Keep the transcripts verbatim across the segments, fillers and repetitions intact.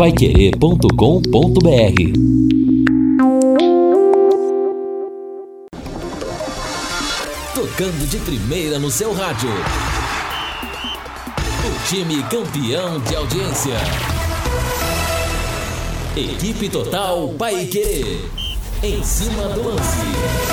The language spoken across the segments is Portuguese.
paiquerê ponto com ponto br. Tocando de primeira no seu rádio. O time campeão de audiência. Equipe Total Paiquerê. Em cima do lance.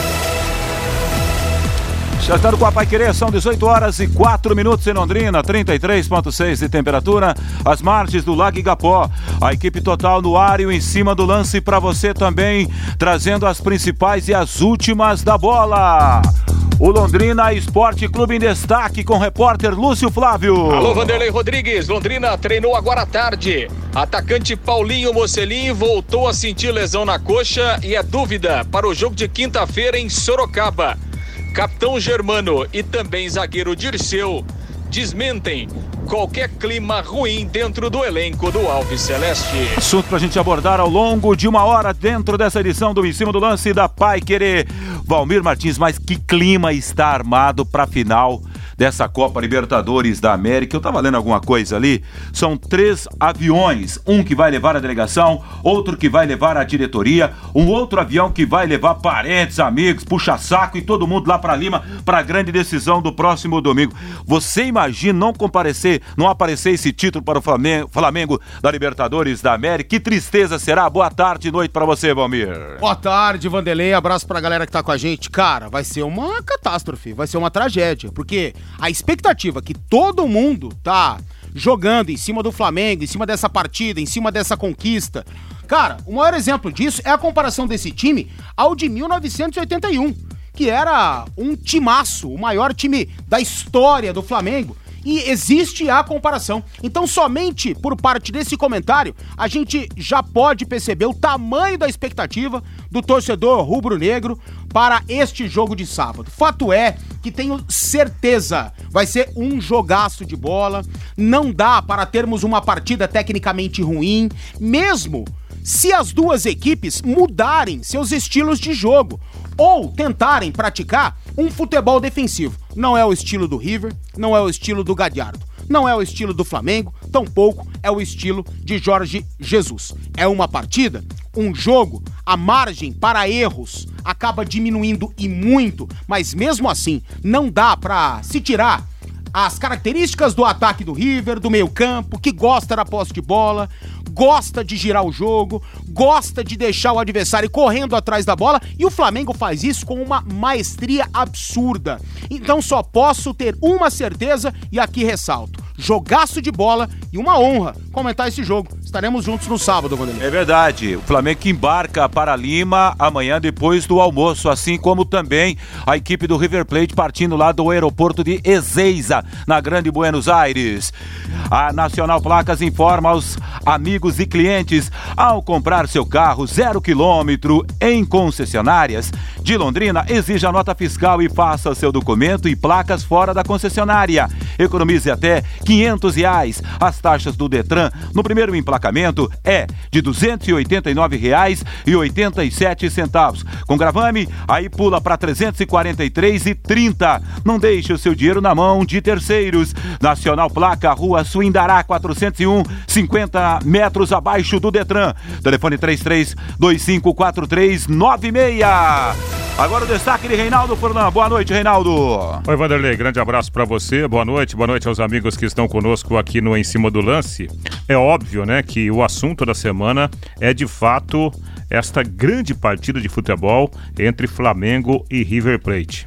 Já estando com a Paiquerê, são dezoito horas e quatro minutos em Londrina, trinta e três vírgula seis de temperatura, às margens do Lago Igapó. A Equipe Total no ar e o Em Cima do Lance para você também, trazendo as principais e as últimas da bola. O Londrina Esporte Clube em destaque com o repórter Lúcio Flávio. Alô, Vanderlei Rodrigues. Londrina treinou agora à tarde. Atacante Paulinho Mocelin voltou a sentir lesão na coxa e é dúvida para o jogo de quinta-feira em Sorocaba. Capitão Germano e também zagueiro Dirceu desmentem qualquer clima ruim dentro do elenco do Alves Celeste. Assunto pra gente abordar ao longo de uma hora dentro dessa edição do Em Cima do Lance da Paiquerê. Valmir Martins, mas que clima está armado pra final dessa Copa Libertadores da América? Eu tava lendo alguma coisa ali, são três aviões, um que vai levar a delegação, outro que vai levar a diretoria, um outro avião que vai levar parentes, amigos, puxa-saco e todo mundo lá pra Lima, pra grande decisão do próximo domingo. Você imagina não comparecer, não aparecer esse título para o Flamengo, Flamengo da Libertadores da América? Que tristeza será? Boa tarde e noite pra você, Valmir. Boa tarde, Vanderlei, abraço pra galera que tá com a gente. Cara, vai ser uma catástrofe, vai ser uma tragédia, porque a expectativa que todo mundo tá jogando em cima do Flamengo, em cima dessa partida, em cima dessa conquista. Cara, o maior exemplo disso é a comparação desse time ao de mil novecentos e oitenta e um, que era um timaço, o maior time da história do Flamengo. E existe a comparação. Então, somente por parte desse comentário, a gente já pode perceber o tamanho da expectativa do torcedor rubro-negro para este jogo de sábado. Fato é que tenho certeza, vai ser um jogaço de bola. Não dá para termos uma partida tecnicamente ruim, mesmo se as duas equipes mudarem seus estilos de jogo ou tentarem praticar um futebol defensivo. Não é o estilo do River, não é o estilo do Gallardo, não é o estilo do Flamengo, tampouco é o estilo de Jorge Jesus. É uma partida, um jogo, a margem para erros acaba diminuindo e muito, mas mesmo assim não dá para se tirar as características do ataque do River, do meio-campo, que gosta da posse de bola, gosta de girar o jogo, gosta de deixar o adversário correndo atrás da bola, e o Flamengo faz isso com uma maestria absurda. Então só posso ter uma certeza, e aqui ressalto: jogaço de bola e uma honra comentar esse jogo. Estaremos juntos no sábado, Vanderlei. É verdade, o Flamengo que embarca para Lima amanhã depois do almoço, assim como também a equipe do River Plate partindo lá do aeroporto de Ezeiza, na Grande Buenos Aires. A Nacional Placas informa aos amigos e clientes: ao comprar seu carro zero quilômetro em concessionárias de Londrina, exija a nota fiscal e faça seu documento e placas fora da concessionária. Economize até quinhentos reais. As taxas do Detran no primeiro emplacamento é de duzentos e oitenta e nove reais e oitenta e sete centavos. Com gravame, aí pula para trezentos e quarenta e três reais e trinta centavos. Não deixe o seu dinheiro na mão de terceiros. Nacional Placa, Rua Suindará, quatrocentos e um, cinquenta metros abaixo do Detran. Telefone três três dois cinco quatro três nove seis. Agora o destaque de Reinaldo Furlan. Boa noite, Reinaldo. Oi, Vanderlei, grande abraço para você, boa noite, boa noite aos amigos que estão conosco aqui no Em Cima do Lance. É óbvio, né, que o assunto da semana é de fato esta grande partida de futebol entre Flamengo e River Plate.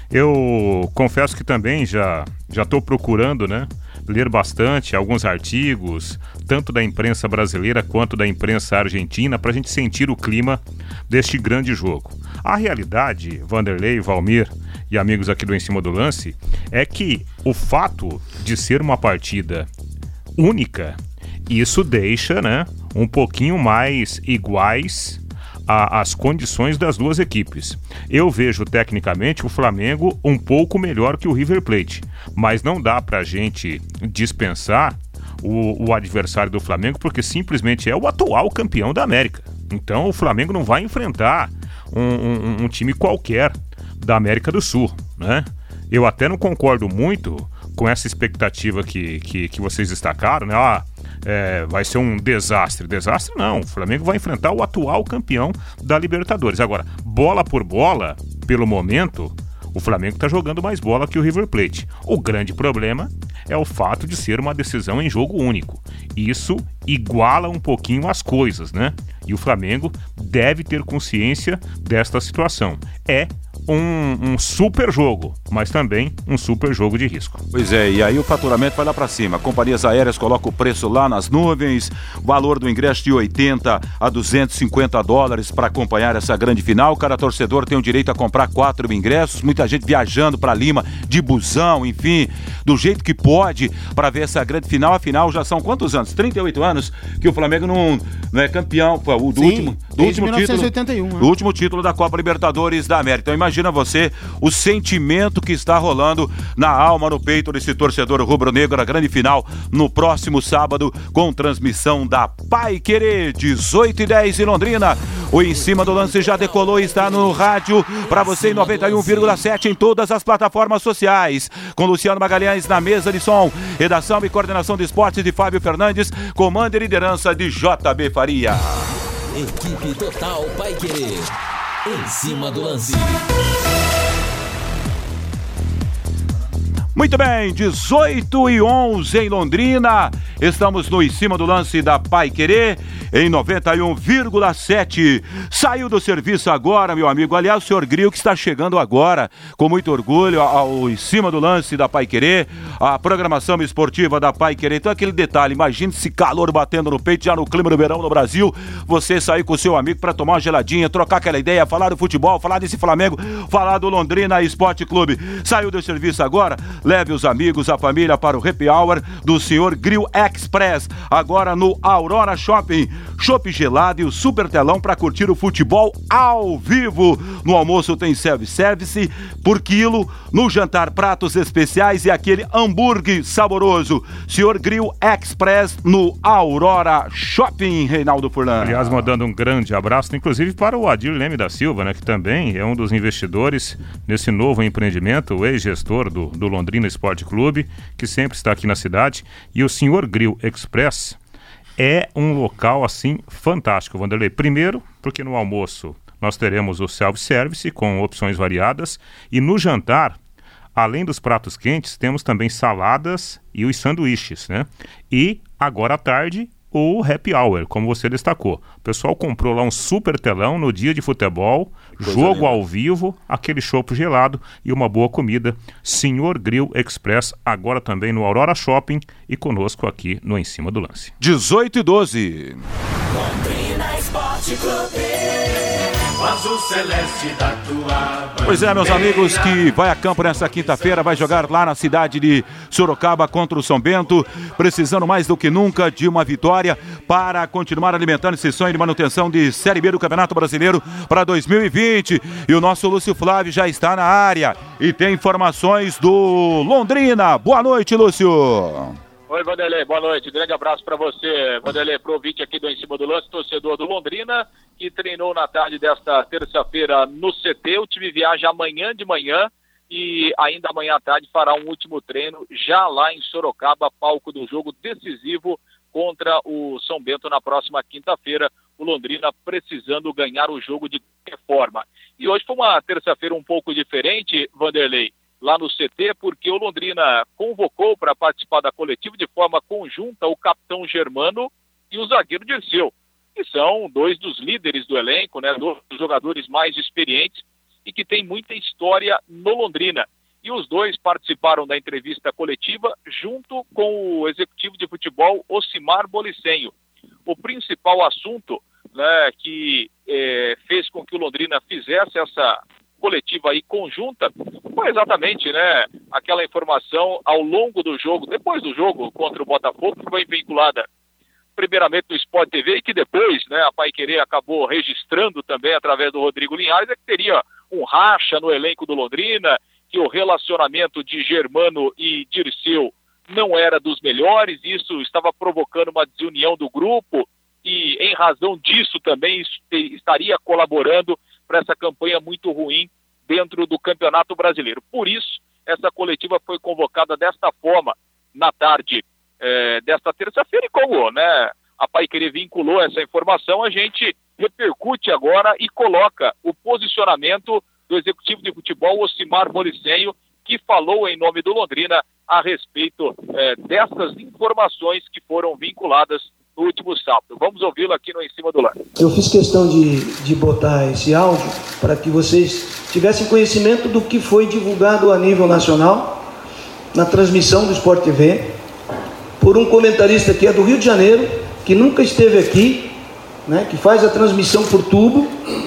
Eu confesso que também já já estou procurando, né, ler bastante alguns artigos, tanto da imprensa brasileira quanto da imprensa argentina, para a gente sentir o clima deste grande jogo. A realidade, Vanderlei, Valmir e amigos aqui do Em Cima do Lance, é que o fato de ser uma partida única, isso deixa, né, um pouquinho mais iguais a, as condições das duas equipes. Eu vejo tecnicamente o Flamengo um pouco melhor que o River Plate, mas não dá pra gente dispensar o, o adversário do Flamengo, porque simplesmente é o atual campeão da América. Então o Flamengo não vai enfrentar um, um, um time qualquer da América do Sul, né? Eu até não concordo muito com essa expectativa que, que, que vocês destacaram, né? Ah, é, vai ser um desastre. Desastre não, o Flamengo vai enfrentar o atual campeão da Libertadores. Agora, bola por bola, pelo momento, o Flamengo está jogando mais bola que o River Plate. O grande problema é o fato de ser uma decisão em jogo único. Isso iguala um pouquinho as coisas, né? E o Flamengo deve ter consciência desta situação. É um, um super jogo, mas também um super jogo de risco. Pois é, e aí o faturamento vai lá pra cima. Companhias aéreas colocam o preço lá nas nuvens, valor do ingresso de oitenta a duzentos e cinquenta dólares para acompanhar essa grande final. Cada torcedor tem o direito a comprar quatro ingressos, muita gente viajando para Lima de busão, enfim, do jeito que pode para ver essa grande final. Afinal, já são quantos anos? trinta e oito anos que o Flamengo não, não é campeão, o do Sim, último, do último mil novecentos e oitenta e um, título, né? do último título da Copa Libertadores da América. Então imagina você o sentimento que está rolando na alma, no peito desse torcedor rubro-negro. A grande final no próximo sábado com transmissão da Paiquerê, dezoito e dez em Londrina. O Em Cima do Lance já decolou e está no rádio para você em noventa e um vírgula sete em todas as plataformas sociais. Com Luciano Magalhães na mesa de som, redação e coordenação de esportes de Fábio Fernandes, comando e liderança de J B Faria. Equipe Total Paiquerê. Em Cima do Lance. Muito bem, dezoito e onze em Londrina. Estamos no Em Cima do Lance da Paiquerê, em noventa e um vírgula sete. Saiu do serviço agora, meu amigo. Aliás, o senhor Gril, que está chegando agora, com muito orgulho, ao Em Cima do Lance da Paiquerê, a programação esportiva da Paiquerê. Então, aquele detalhe, imagine esse calor batendo no peito, já no clima do verão no Brasil, você sair com o seu amigo para tomar uma geladinha, trocar aquela ideia, falar do futebol, falar desse Flamengo, falar do Londrina Esporte Clube. Saiu do serviço agora? Leve os amigos, a família para o Happy Hour do senhor Grill Express, agora no Aurora Shopping. Chopp gelado e o super telão para curtir o futebol ao vivo. No almoço tem self-service por quilo, no jantar pratos especiais e aquele hambúrguer saboroso. senhor Grill Express no Aurora Shopping, Reinaldo Furlan. Aliás, mandando um grande abraço, inclusive para o Adir Leme da Silva, né, que também é um dos investidores nesse novo empreendimento, o ex-gestor do, do Londrina Esporte Clube, que sempre está aqui na cidade. E o senhor Grill Express é um local assim fantástico, Vanderlei. Primeiro, porque no almoço nós teremos o self-service com opções variadas, e no jantar, além dos pratos quentes, temos também saladas e os sanduíches, né? E agora à tarde, o Happy Hour, como você destacou. O pessoal comprou lá um super telão no dia de futebol, jogo linda, ao vivo, aquele chopp gelado e uma boa comida. senhor Grill Express, agora também no Aurora Shopping e conosco aqui no Em Cima do Lance. dezoito e doze. Londrina Esporte Clube. O azul celeste da tua bandeira. Pois é, meus amigos, que vai a campo nesta quinta-feira, vai jogar lá na cidade de Sorocaba contra o São Bento, precisando mais do que nunca de uma vitória para continuar alimentando esse sonho de manutenção de Série B do Campeonato Brasileiro para dois mil e vinte. E o nosso Lúcio Flávio já está na área e tem informações do Londrina. Boa noite, Lúcio. Oi, Vanderlei, boa noite. Grande abraço para você, Vanderlei, pro ouvinte aqui do Em Cima do Lance, torcedor do Londrina, que treinou na tarde desta terça-feira no C T. O time viaja amanhã de manhã e ainda amanhã à tarde fará um último treino já lá em Sorocaba, palco do jogo decisivo contra o São Bento na próxima quinta-feira. O Londrina precisando ganhar o jogo de qualquer forma. E hoje foi uma terça-feira um pouco diferente, Vanderlei, lá no C T, porque o Londrina convocou para participar da coletiva de forma conjunta o capitão Germano e o zagueiro Dirceu, que são dois dos líderes do elenco, né, dois dos jogadores mais experientes e que tem muita história no Londrina. E os dois participaram da entrevista coletiva junto com o executivo de futebol Ocimar Bolicenho. O principal assunto, né, que eh, fez com que o Londrina fizesse essa coletiva aí conjunta foi exatamente, né, aquela informação ao longo do jogo, depois do jogo contra o Botafogo, que foi vinculada primeiramente no Sport T V e que depois, né, a Paiquerê acabou registrando também através do Rodrigo Linhares, é que teria um racha no elenco do Londrina, que o relacionamento de Germano e Dirceu não era dos melhores, isso estava provocando uma desunião do grupo e em razão disso também estaria colaborando para essa campanha muito ruim dentro do Campeonato Brasileiro. Por isso, essa coletiva foi convocada desta forma na tarde é, desta terça-feira, e como, né, a Paiquerê vinculou essa informação, a gente repercute agora e coloca o posicionamento do executivo de futebol, Ocimar Molicenho, que falou em nome do Londrina a respeito é, dessas informações que foram vinculadas no último sábado. Vamos ouvi-lo aqui no Em Cima do Lance. Eu fiz questão de, de botar esse áudio para que vocês tivessem conhecimento do que foi divulgado a nível nacional, na transmissão do Sport T V, por um comentarista que é do Rio de Janeiro, que nunca esteve aqui, né, que faz a transmissão por tubo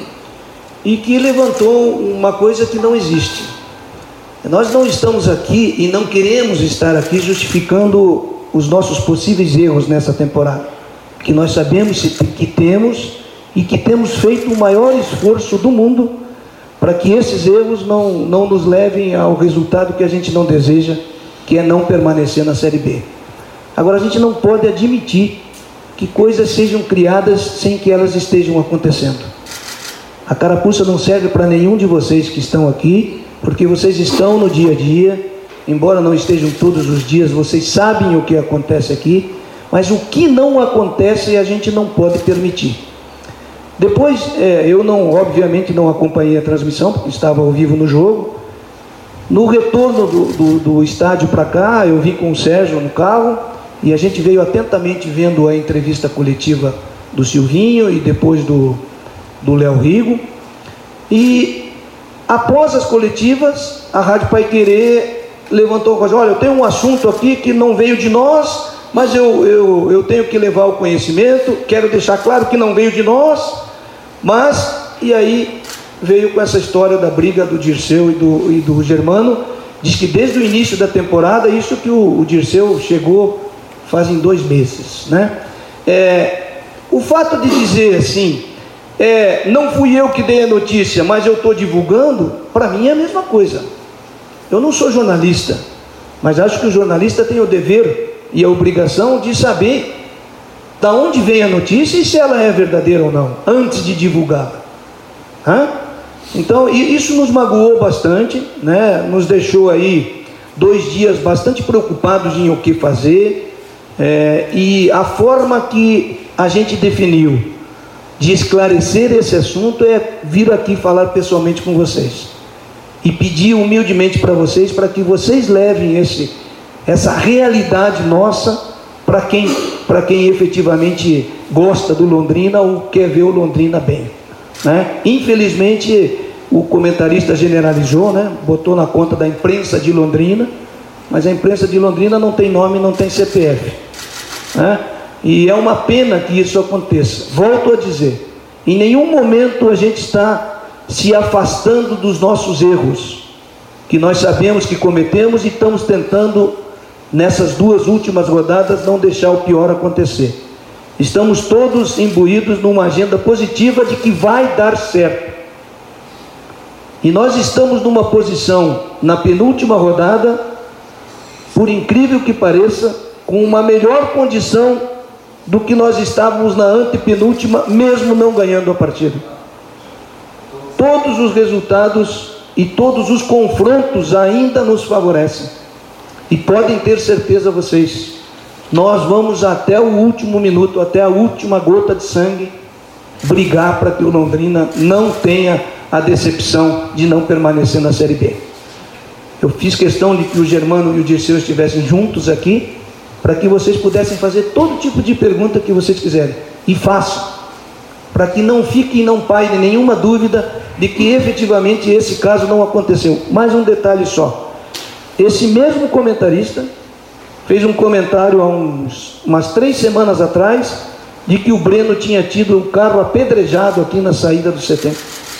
e que levantou uma coisa que não existe. Nós não estamos aqui e não queremos estar aqui justificando os nossos possíveis erros nessa temporada, que nós sabemos que temos e que temos feito o maior esforço do mundo para que esses erros não, não nos levem ao resultado que a gente não deseja, que é não permanecer na Série B. Agora, a gente não pode admitir que coisas sejam criadas sem que elas estejam acontecendo. A carapuça não serve para nenhum de vocês que estão aqui, porque vocês estão no dia a dia, embora não estejam todos os dias, vocês sabem o que acontece aqui, mas o que não acontece a gente não pode permitir. Depois, é, eu não, obviamente não acompanhei a transmissão, porque estava ao vivo no jogo. No retorno do, do, do estádio para cá, eu vim com o Sérgio no carro, e a gente veio atentamente vendo a entrevista coletiva do Silvinho e depois do, do Léo Rigo. E após as coletivas, a Rádio Paiquerê levantou a coisa: olha, eu tenho um assunto aqui que não veio de nós, mas eu, eu, eu tenho que levar o conhecimento, quero deixar claro que não veio de nós, mas, e aí veio com essa história da briga do Dirceu e do, e do Germano. Diz que desde o início da temporada, isso que o, o Dirceu chegou fazem dois meses, né? É, o fato de dizer assim, é, não fui eu que dei a notícia, mas eu estou divulgando, para mim é a mesma coisa. Eu não sou jornalista, mas acho que o jornalista tem o dever e a obrigação de saber da onde vem a notícia e se ela é verdadeira ou não, antes de divulgar. Hã? Então, isso nos magoou bastante, né? Nos deixou aí dois dias bastante preocupados em o que fazer. É, e a forma que a gente definiu de esclarecer esse assunto é vir aqui falar pessoalmente com vocês e pedir humildemente para vocês, para que vocês levem esse, essa realidade nossa para quem, para quem efetivamente gosta do Londrina ou quer ver o Londrina bem, né? Infelizmente o comentarista generalizou, né? Botou na conta da imprensa de Londrina, mas a imprensa de Londrina não tem nome, não tem C P F, né? E é uma pena que isso aconteça. Volto a dizer, em nenhum momento a gente está se afastando dos nossos erros, que nós sabemos que cometemos, e estamos tentando, nessas duas últimas rodadas, não deixar o pior acontecer. Estamos todos imbuídos numa agenda positiva de que vai dar certo. E nós estamos numa posição, na penúltima rodada, por incrível que pareça, com uma melhor condição do que nós estávamos na antepenúltima, mesmo não ganhando a partida. Todos os resultados e todos os confrontos ainda nos favorecem. E podem ter certeza vocês, nós vamos até o último minuto, até a última gota de sangue, brigar para que o Londrina não tenha a decepção de não permanecer na Série B. Eu fiz questão de que o Germano e o Dirceu estivessem juntos aqui, para que vocês pudessem fazer todo tipo de pergunta que vocês quiserem, e façam, para que não fique e não paire nenhuma dúvida de que efetivamente esse caso não aconteceu. Mais um detalhe só: esse mesmo comentarista fez um comentário há uns, umas três semanas atrás, de que o Breno tinha tido o carro apedrejado aqui na saída do C T.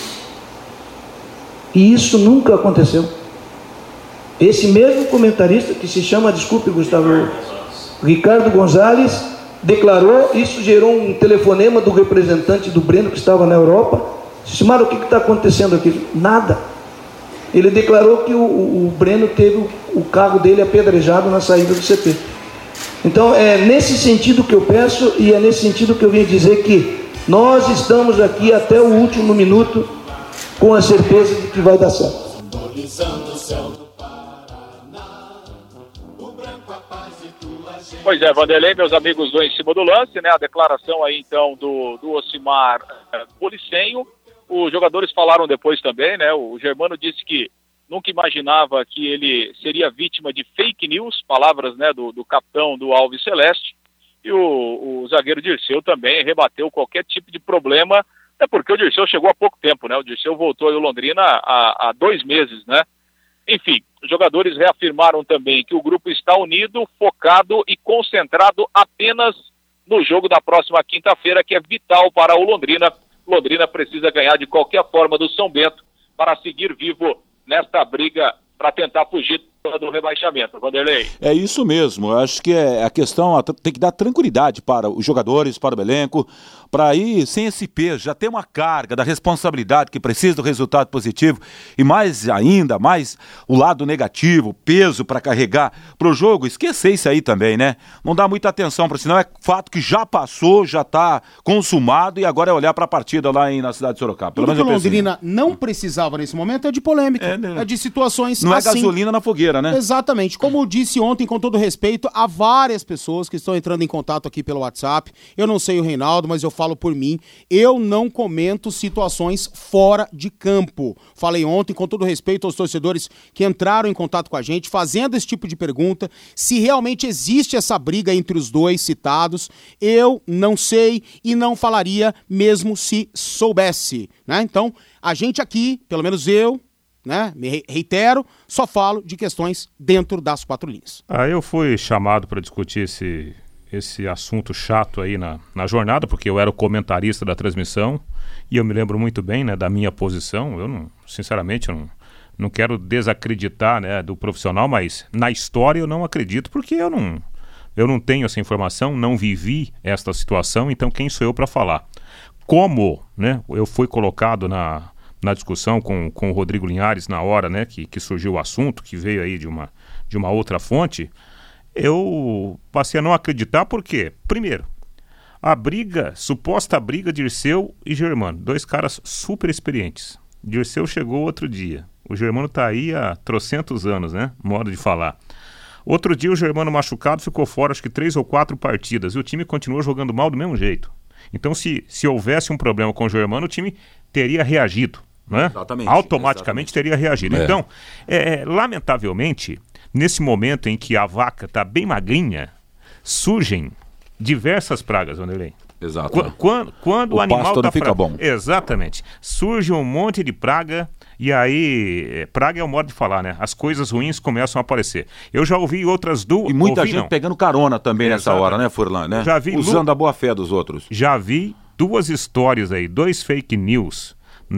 E isso nunca aconteceu. Esse mesmo comentarista, que se chama, desculpe Gustavo, Ricardo Gonzalez, declarou, isso gerou um telefonema do representante do Breno, que estava na Europa. Disse: Mário, o que está acontecendo aqui? Nada. Ele declarou que o, o, o Breno teve o, o carro dele apedrejado na saída do C T. Então é nesse sentido que eu peço, e é nesse sentido que eu vim dizer que nós estamos aqui até o último minuto, com a certeza de que vai dar certo. Pois é, Vanderlei, meus amigos do Em Cima do Lance, né? A declaração aí, então, do, do Ocimar é, Policenho. Os jogadores falaram depois também, né? O Germano disse que nunca imaginava que ele seria vítima de fake news, palavras, né, do, do capitão do Alves Celeste. E o, o zagueiro Dirceu também rebateu qualquer tipo de problema, é porque o Dirceu chegou há pouco tempo, né? O Dirceu voltou ao Londrina há, há dois meses, né? Enfim, os jogadores reafirmaram também que o grupo está unido, focado e concentrado apenas no jogo da próxima quinta-feira, que é vital para o Londrina. Londrina precisa ganhar de qualquer forma do São Bento para seguir vivo nesta briga para tentar fugir do rebaixamento. Vanderlei. É isso mesmo, eu acho que é a questão, tem que dar tranquilidade para os jogadores, para o elenco, para ir sem esse peso, já ter uma carga da responsabilidade que precisa do resultado positivo e mais ainda, mais o lado negativo, peso para carregar para o jogo, esquecer isso aí também, né? Não dá muita atenção para isso, não é fato que já passou, já está consumado e agora é olhar para a partida lá em, na cidade de Sorocaba. Pelo Tudo menos que o Londrina não precisava nesse momento é de polêmica, é, né? É de situações não assim. Não é gasolina na fogueira, né? Exatamente. Como eu disse ontem, com todo respeito, há várias pessoas que estão entrando em contato aqui pelo WhatsApp. Eu não sei o Reinaldo, mas eu falo por mim. Eu não comento situações fora de campo. Falei ontem, com todo respeito aos torcedores que entraram em contato com a gente, fazendo esse tipo de pergunta, se realmente existe essa briga entre os dois citados. Eu não sei e não falaria mesmo se soubesse, né? Então, a gente aqui, pelo menos eu, né, me reitero, só falo de questões dentro das quatro linhas. Ah, eu fui chamado para discutir esse, esse assunto chato aí na, na jornada, porque eu era o comentarista da transmissão e eu me lembro muito bem, né, da minha posição. Eu não, sinceramente, eu não, não quero desacreditar, né, do profissional, mas na história eu não acredito, porque eu não, eu não tenho essa informação, não vivi esta situação, então quem sou eu para falar? Como, né, eu fui colocado na na discussão com, com o Rodrigo Linhares na hora, né, que, que surgiu o assunto, que veio aí de uma, de uma outra fonte, eu passei a não acreditar porque, primeiro, a briga, suposta briga de Dirceu e Germano, dois caras super experientes. Dirceu chegou outro dia, o Germano tá aí há trocentos anos, né, modo de falar. Outro dia o Germano machucado ficou fora acho que três ou quatro partidas e o time continuou jogando mal do mesmo jeito. Então se, se houvesse um problema com o Germano, o time teria reagido. Né? Exatamente, automaticamente exatamente. Teria reagido. É. Então, é, lamentavelmente, nesse momento em que a vaca está bem magrinha, surgem diversas pragas, Vanderlei. Exato. Qu- quando, quando o, o animal está fica bom. Exatamente. Surge um monte de praga e aí, praga é o modo de falar, né? As coisas ruins começam a aparecer. Eu já ouvi outras duas... E muita ouvi, gente não. pegando carona também nessa Exatamente. hora, né, Furlan? Né? Já vi Usando lu... a boa fé dos outros. Já vi duas histórias aí, dois fake news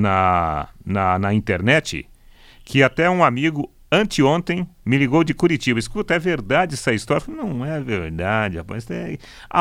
Na, na, na internet, que até um amigo anteontem me ligou de Curitiba. Escuta, é verdade essa história? Eu falei, não é verdade, rapaz. Tem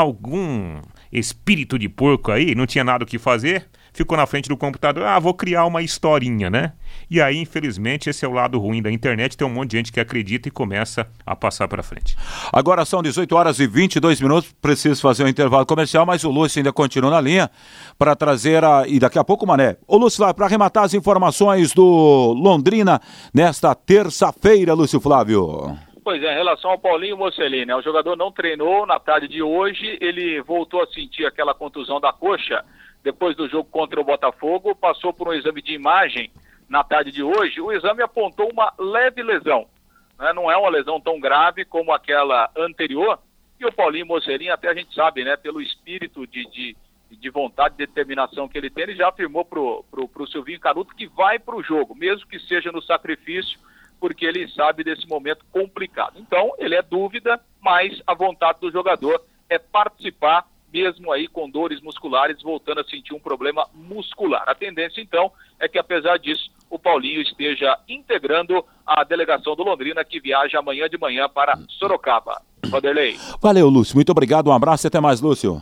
algum espírito de porco aí, não tinha nada o que fazer, ficou na frente do computador, ah, vou criar uma historinha, né? E aí, infelizmente, esse é o lado ruim da internet, tem um monte de gente que acredita e começa a passar para frente. Agora são dezoito horas e vinte e dois minutos, preciso fazer um intervalo comercial, mas o Lúcio ainda continua na linha para trazer, a... e daqui a pouco o Mané. Ô Lúcio, para arrematar as informações do Londrina nesta terça-feira, Lúcio Flávio. Pois é, em relação ao Paulinho Mocelin, né? O jogador não treinou na tarde de hoje, ele voltou a sentir aquela contusão da coxa depois do jogo contra o Botafogo, passou por um exame de imagem na tarde de hoje, o exame apontou uma leve lesão, né? Não é uma lesão tão grave como aquela anterior, e o Paulinho Mocelin, até a gente sabe, né, pelo espírito de, de, de vontade e determinação que ele tem, ele já afirmou pro, pro, pro Silvinho Canuto que vai pro jogo, mesmo que seja no sacrifício, porque ele sabe desse momento complicado. Então, ele é dúvida, mas a vontade do jogador é participar, mesmo aí com dores musculares, voltando a sentir um problema muscular. A tendência, então, é que, apesar disso, o Paulinho esteja integrando a delegação do Londrina, que viaja amanhã de manhã para Sorocaba. Vanderlei. Valeu, Lúcio. Muito obrigado. Um abraço e até mais, Lúcio.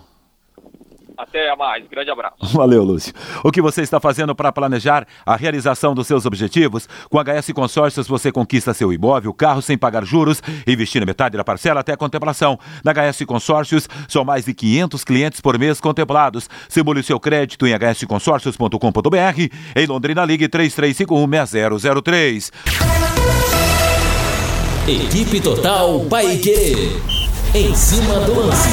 Até mais, grande abraço. Valeu, Lúcio. O que você está fazendo para planejar a realização dos seus objetivos? Com H S Consórcios você conquista seu imóvel, carro sem pagar juros, investindo metade da parcela até a contemplação. Na H S Consórcios são mais de quinhentos clientes por mês contemplados. Simule o seu crédito em h s consórcios ponto com ponto b r. Em Londrina, ligue três três cinco um seis zero zero três. Equipe Total Paiquerê, Em cima do lance.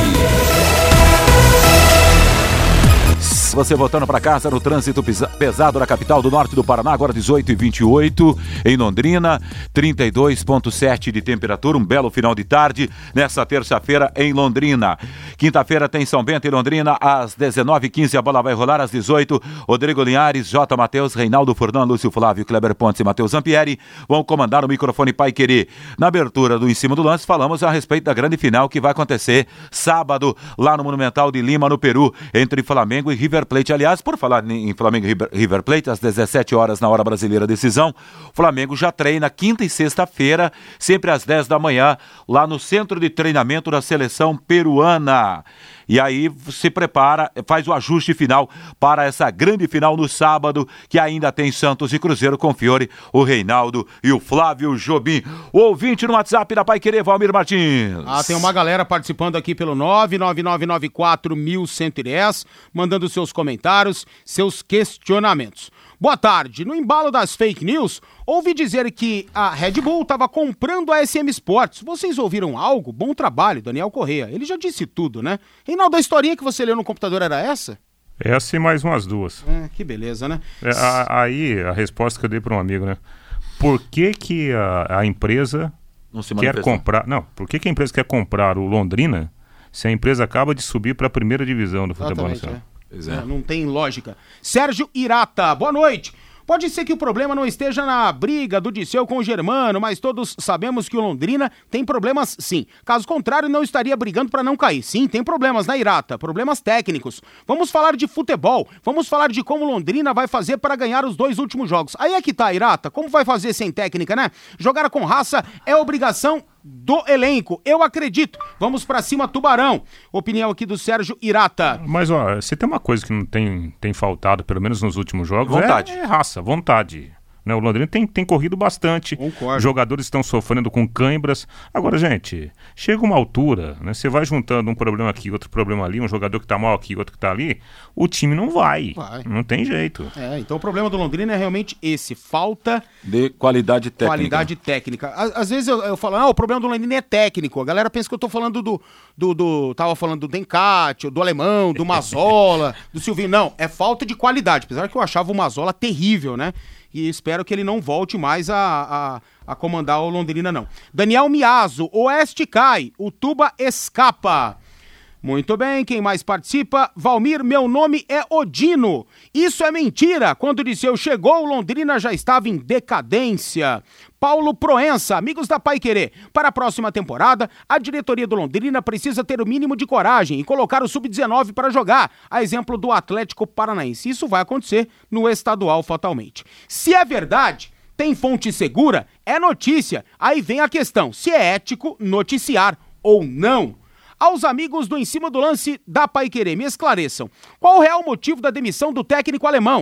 Você voltando para casa no trânsito pesado da capital do norte do Paraná, agora dezoito e vinte e oito, em Londrina, trinta e dois vírgula sete de temperatura, um belo final de tarde nessa terça-feira em Londrina. Quinta-feira tem São Bento em Londrina, às dezenove e quinze, a bola vai rolar às dezoito. Rodrigo Linhares, J. Matheus, Reinaldo Furlan, Lúcio Flávio, Kleber Pontes e Matheus Zampieri vão comandar o microfone Pai Querer. Na abertura do Em Cima do Lance, falamos a respeito da grande final que vai acontecer sábado, lá no Monumental de Lima, no Peru, entre Flamengo e River Plate. Aliás, por falar em Flamengo e River Plate, às dezessete horas na hora brasileira decisão, o Flamengo já treina quinta e sexta-feira, sempre às dez da manhã, lá no centro de treinamento da seleção peruana. E aí se prepara, faz o ajuste final para essa grande final no sábado, que ainda tem Santos e Cruzeiro com Fiore, o Reinaldo e o Flávio Jobim. O ouvinte no WhatsApp da Pai Querer, Valmir Martins. Ah, tem uma galera participando aqui pelo nove nove nove nove quatro um um zero um, mandando seus comentários, seus questionamentos. Boa tarde. No embalo das fake news, ouvi dizer que a Red Bull estava comprando a S M Sports. Vocês ouviram algo? Bom trabalho, Daniel Correia. Ele já disse tudo, né? Reinaldo, a historinha que você leu no computador era essa? Essa e mais umas duas. É, que beleza, né? É, a, aí, a resposta que eu dei para um amigo, né? Por que que a, a empresa não se quer comprar... Não, por que que a empresa quer comprar o Londrina se a empresa acaba de subir para a primeira divisão do futebol nacional? É. É. Não tem lógica. Sérgio Irata, boa noite. Pode ser que o problema não esteja na briga do Disseu com o Germano, mas todos sabemos que o Londrina tem problemas sim. Caso contrário, não estaria brigando para não cair. Sim, tem problemas na Irata, problemas técnicos. Vamos falar de futebol, vamos falar de como o Londrina vai fazer para ganhar os dois últimos jogos. Aí é que tá, Irata, como vai fazer sem técnica, né? Jogar com raça é obrigação do elenco, eu acredito. Vamos pra cima, Tubarão. Opinião aqui do Sérgio Irata. Mas, ó, se tem uma coisa que não tem, tem faltado, pelo menos nos últimos jogos, vontade. É, é raça, vontade. Né? O Londrina tem, tem corrido bastante. Concordo. Jogadores estão sofrendo com cãibras. Agora, gente, chega uma altura, né? Você vai juntando um problema aqui, outro problema ali, um jogador que tá mal aqui, outro que tá ali, o time não vai. Vai. Não tem jeito. É, então o problema do Londrina é realmente esse, falta de qualidade técnica. Qualidade técnica. Às, às vezes eu, eu falo, ah, o problema do Londrina é técnico. A galera pensa que eu tô falando do, do, do tava falando do Dencati, do Alemão, do Mazola, do Silvinho. Não, é falta de qualidade. Apesar que eu achava o Mazola terrível, né? E espero que ele não volte mais a, a, a comandar o Londrina, não. Daniel Miazo, Oeste cai, o Tuba escapa. Muito bem, quem mais participa? Valmir, meu nome é Odino. Isso é mentira. Quando o Disseu chegou, o Londrina já estava em decadência. Paulo Proença, amigos da Pai Querer. Para a próxima temporada, a diretoria do Londrina precisa ter o mínimo de coragem e colocar o sub dezenove para jogar, a exemplo do Atlético Paranaense. Isso vai acontecer no estadual fatalmente. Se é verdade, tem fonte segura, é notícia. Aí vem a questão, se é ético noticiar ou não. Aos amigos do Em Cima do Lance da Pai Querer, me esclareçam. Qual o real motivo da demissão do técnico alemão?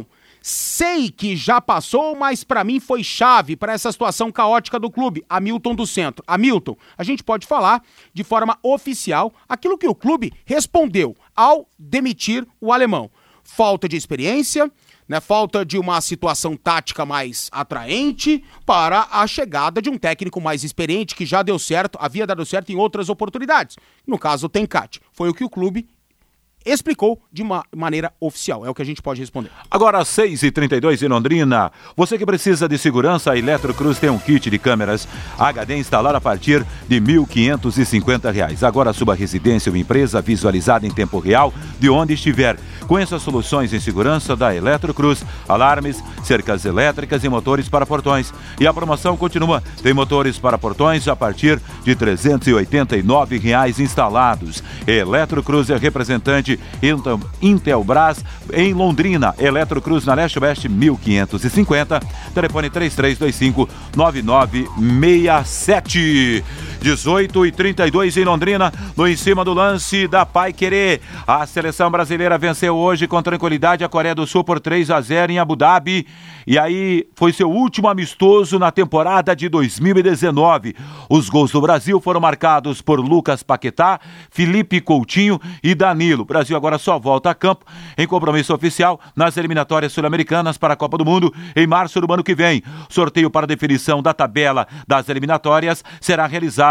Sei que já passou, mas para mim foi chave para essa situação caótica do clube, Hamilton do Centro. Hamilton, a gente pode falar de forma oficial aquilo que o clube respondeu ao demitir o alemão. Falta de experiência, né, falta de uma situação tática mais atraente para a chegada de um técnico mais experiente que já deu certo, havia dado certo em outras oportunidades. No caso, o Tencati. Foi o que o clube explicou de uma maneira oficial, é o que a gente pode responder. Agora, seis e trinta e dois em Londrina. Você que precisa de segurança, a Eletrocruz tem um kit de câmeras H D instalar a partir de mil quinhentos e cinquenta reais. Agora, sua residência ou empresa visualizada em tempo real, de onde estiver. Conheça as soluções em segurança da Eletrocruz, alarmes, cercas elétricas e motores para portões. E a promoção continua. Tem motores para portões a partir de trezentos e oitenta e nove reais instalados. Eletrocruz é representante Intel, Intelbras em Londrina. Eletrocruz na Leste Oeste mil quinhentos e cinquenta. Telefone três três dois cinco nove nove seis sete. dezoito e trinta e dois em Londrina, no Em Cima do Lance da Pai Querer. A seleção brasileira venceu hoje com tranquilidade a Coreia do Sul por três a zero em Abu Dhabi. E aí foi seu último amistoso na temporada de dois mil e dezenove. Os gols do Brasil foram marcados por Lucas Paquetá, Felipe Coutinho e Danilo. O Brasil agora só volta a campo em compromisso oficial nas eliminatórias sul-americanas para a Copa do Mundo em março do ano que vem. Sorteio para definição da tabela das eliminatórias será realizado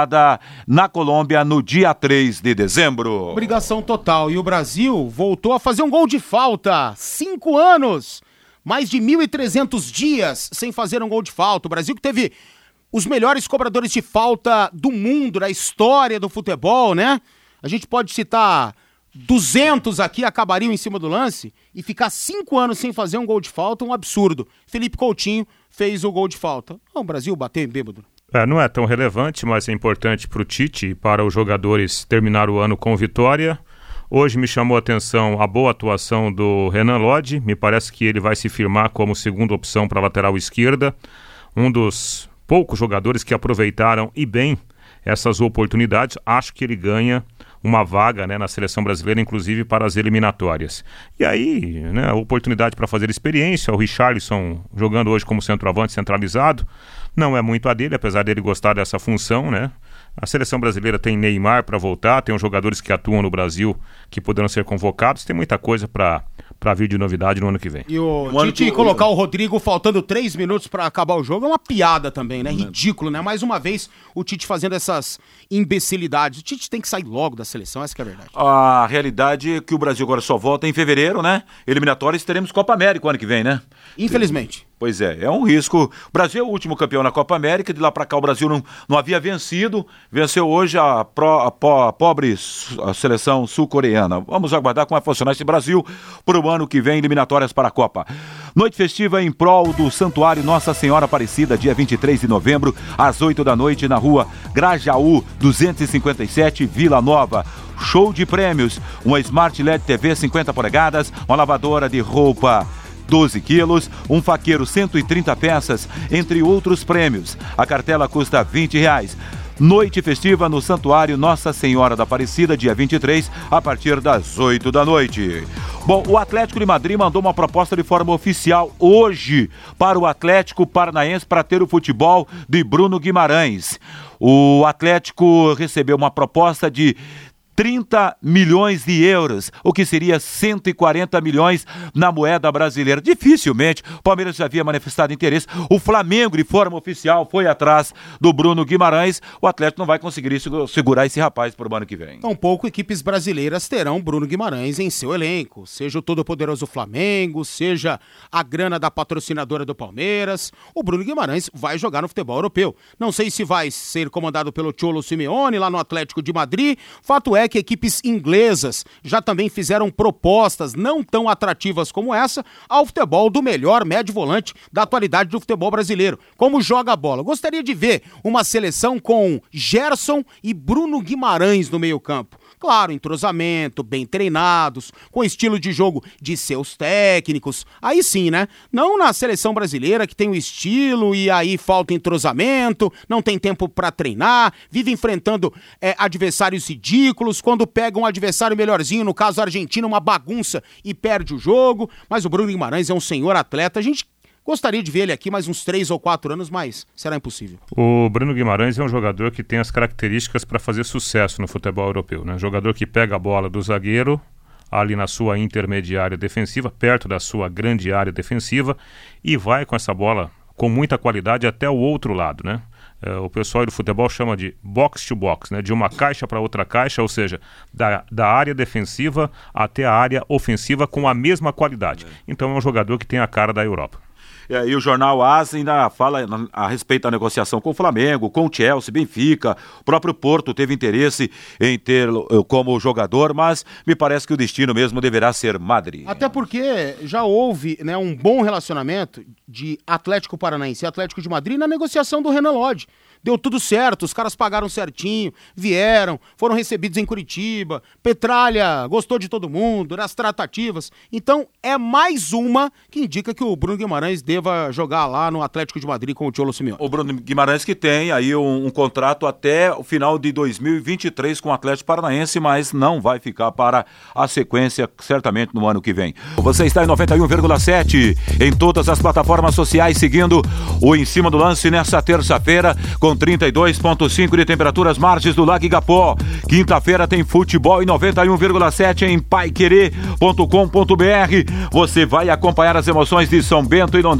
disputada na Colômbia no dia três de dezembro. Obrigação total. E o Brasil voltou a fazer um gol de falta. Cinco anos. Mais de mil e trezentos dias sem fazer um gol de falta. O Brasil que teve os melhores cobradores de falta do mundo, da história do futebol, né? A gente pode citar duzentos aqui, acabariam em cima do lance, e ficar cinco anos sem fazer um gol de falta, um absurdo. Felipe Coutinho fez o gol de falta. O Brasil bateu em bêbado. É, não é tão relevante, mas é importante para o Tite e para os jogadores terminar o ano com vitória. Hoje me chamou a atenção a boa atuação do Renan Lodge. Me parece que ele vai se firmar como segunda opção para a lateral esquerda. Um dos poucos jogadores que aproveitaram e bem essas oportunidades. Acho que ele ganha uma vaga, né, na seleção brasileira, inclusive para as eliminatórias. E aí, né, a oportunidade para fazer experiência, o Richarlison jogando hoje como centroavante centralizado, não é muito a dele, apesar dele gostar dessa função, né? A seleção brasileira tem Neymar para voltar, tem os jogadores que atuam no Brasil que poderão ser convocados, tem muita coisa para para vir de novidade no ano que vem. E o Tite colocar o Rodrigo faltando três minutos para acabar o jogo é uma piada também, né? Ridículo, né? Mais uma vez o Tite fazendo essas imbecilidades. O Tite tem que sair logo da seleção, essa que é a verdade. A realidade é que o Brasil agora só volta em fevereiro, né? Eliminatórias, teremos Copa América o ano que vem, né? Infelizmente. Pois é, é um risco. O Brasil é o último campeão na Copa América, de lá para cá o Brasil não, não havia vencido, venceu hoje a, pro, a, po, a pobre a seleção sul-coreana. Vamos aguardar como vai funcionar esse Brasil para o ano que vem, eliminatórias para a Copa. Noite festiva em prol do Santuário Nossa Senhora Aparecida, dia vinte e três de novembro, às oito da noite, na rua Grajaú, duzentos e cinquenta e sete, Vila Nova. Show de prêmios, uma Smart L E D T V cinquenta polegadas, uma lavadora de roupa doze quilos, um faqueiro cento e trinta peças, entre outros prêmios. A cartela custa vinte reais. Noite festiva no Santuário Nossa Senhora da Aparecida, dia vinte e três, a partir das oito da noite. Bom, o Atlético de Madrid mandou uma proposta de forma oficial hoje para o Atlético Paranaense para ter o futebol de Bruno Guimarães. O Atlético recebeu uma proposta de trinta milhões de euros, o que seria cento e quarenta milhões na moeda brasileira. Dificilmente o Palmeiras já havia manifestado interesse. O Flamengo, de forma oficial, foi atrás do Bruno Guimarães. O Atlético não vai conseguir segurar esse rapaz para o ano que vem. Tampouco equipes brasileiras terão Bruno Guimarães em seu elenco, seja o todo-poderoso Flamengo, seja a grana da patrocinadora do Palmeiras. O Bruno Guimarães vai jogar no futebol europeu. Não sei se vai ser comandado pelo Cholo Simeone lá no Atlético de Madrid. Fato é que equipes inglesas já também fizeram propostas não tão atrativas como essa ao futebol do melhor médio volante da atualidade do futebol brasileiro. Como joga a bola. Gostaria de ver uma seleção com Gerson e Bruno Guimarães no meio campo. Claro, entrosamento, bem treinados, com estilo de jogo de seus técnicos. Aí sim, né? Não na seleção brasileira que tem o estilo e aí falta entrosamento, não tem tempo pra treinar, vive enfrentando é, adversários ridículos, quando pega um adversário melhorzinho, no caso a Argentina, uma bagunça e perde o jogo. Mas o Bruno Guimarães é um senhor atleta, a gente gostaria de ver ele aqui mais uns três ou quatro anos, mas será impossível. O Bruno Guimarães é um jogador que tem as características para fazer sucesso no futebol europeu, né? Jogador que pega a bola do zagueiro ali na sua intermediária defensiva, perto da sua grande área defensiva, e vai com essa bola com muita qualidade até o outro lado, né? É, o pessoal do futebol chama de box to box, né? De uma caixa para outra caixa, ou seja, da, da área defensiva até a área ofensiva com a mesma qualidade. Então é um jogador que tem a cara da Europa. E o jornal AS ainda fala a respeito da negociação com o Flamengo, com o Chelsea, Benfica. O próprio Porto teve interesse em tê-lo como jogador, mas me parece que o destino mesmo deverá ser Madrid. Até porque já houve, né, um bom relacionamento de Atlético Paranaense e Atlético de Madrid na negociação do Renan Lodge. Deu tudo certo, os caras pagaram certinho, vieram, foram recebidos em Curitiba, Petralha gostou de todo mundo, nas tratativas. Então é mais uma que indica que o Bruno Guimarães deva jogar lá no Atlético de Madrid com o Cholo Simeone. O Bruno Guimarães que tem aí um, um contrato até o final de dois mil e vinte e três com o Atlético Paranaense, mas não vai ficar para a sequência certamente no ano que vem. Você está em noventa e um vírgula sete em todas as plataformas sociais, seguindo o Em Cima do Lance nessa terça-feira, com trinta e dois vírgula cinco de temperaturas, margens do Lago Igapó. Quinta-feira tem futebol em noventa e um vírgula sete em paiquerê ponto com ponto br. Você vai acompanhar as emoções de São Bento e Londrina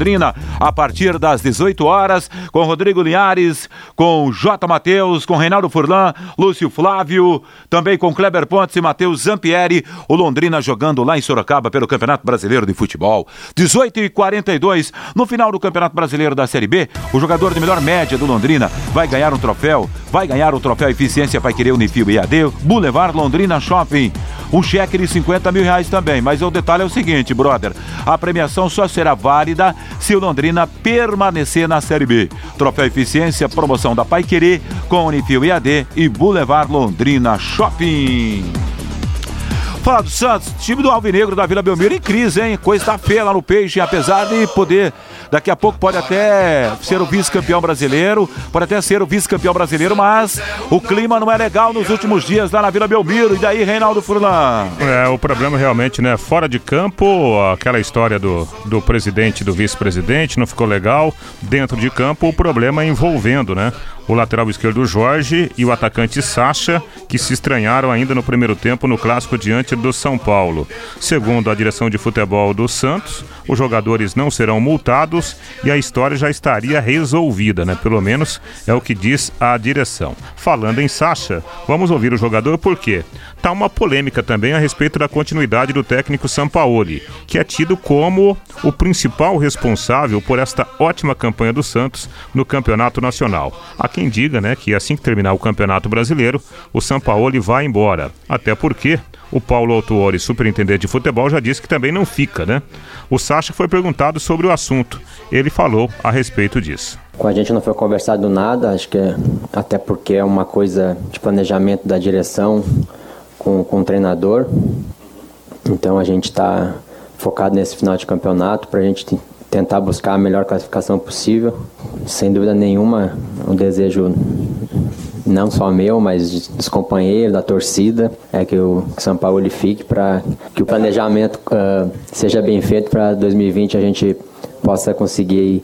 Londrina, a partir das dezoito horas, com Rodrigo Linhares, com J. Matheus, com Reinaldo Furlan, Lúcio Flávio, também com Kleber Pontes e Matheus Zampieri, o Londrina jogando lá em Sorocaba pelo Campeonato Brasileiro de Futebol. dezoito e quarenta e dois, no final do Campeonato Brasileiro da Série B, o jogador de melhor média do Londrina vai ganhar um troféu, vai ganhar o troféu Eficiência Paiquerê Unifil E A D, Boulevard Londrina Shopping, um cheque de cinquenta mil reais também, mas o detalhe é o seguinte, brother, a premiação só será válida se o Londrina permanecer na Série B. Troféu Eficiência, promoção da Paiquerê com Unifil E A D e Boulevard Londrina Shopping. Fala do Santos, time do Alvinegro da Vila Belmiro em crise, hein? Coisa tá feia lá no Peixe, apesar de poder, daqui a pouco pode até ser o vice-campeão brasileiro, pode até ser o vice-campeão brasileiro, mas o clima não é legal nos últimos dias lá na Vila Belmiro. E daí, Reinaldo Furlan? É, o problema realmente, né? Fora de campo, aquela história do, do presidente e do vice-presidente não ficou legal. Dentro de campo, o problema é envolvendo, né? O lateral esquerdo Jorge e o atacante Sacha, que se estranharam ainda no primeiro tempo no clássico diante do São Paulo. Segundo a direção de futebol do Santos, os jogadores não serão multados e a história já estaria resolvida, né? Pelo menos é o que diz a direção. Falando em Sacha, vamos ouvir o jogador porque tá uma polêmica também a respeito da continuidade do técnico Sampaoli, que é tido como o principal responsável por esta ótima campanha do Santos no Campeonato Nacional. Há quem diga, né, que assim que terminar o Campeonato Brasileiro, o Sampaoli vai embora, até porque o Paulo Autuori, superintendente de futebol, já disse que também não fica, né? O Sacha foi perguntado sobre o assunto. Ele falou a respeito disso. Com a gente não foi conversado nada, acho que é, até porque é uma coisa de planejamento da direção com, com o treinador. Então a gente está focado nesse final de campeonato para a gente t- tentar buscar a melhor classificação possível. Sem dúvida nenhuma, um desejo não só meu, mas dos companheiros, da torcida, é que o São Paulo ele fique para que o planejamento uh, seja bem feito para dois mil e vinte a gente possa conseguir,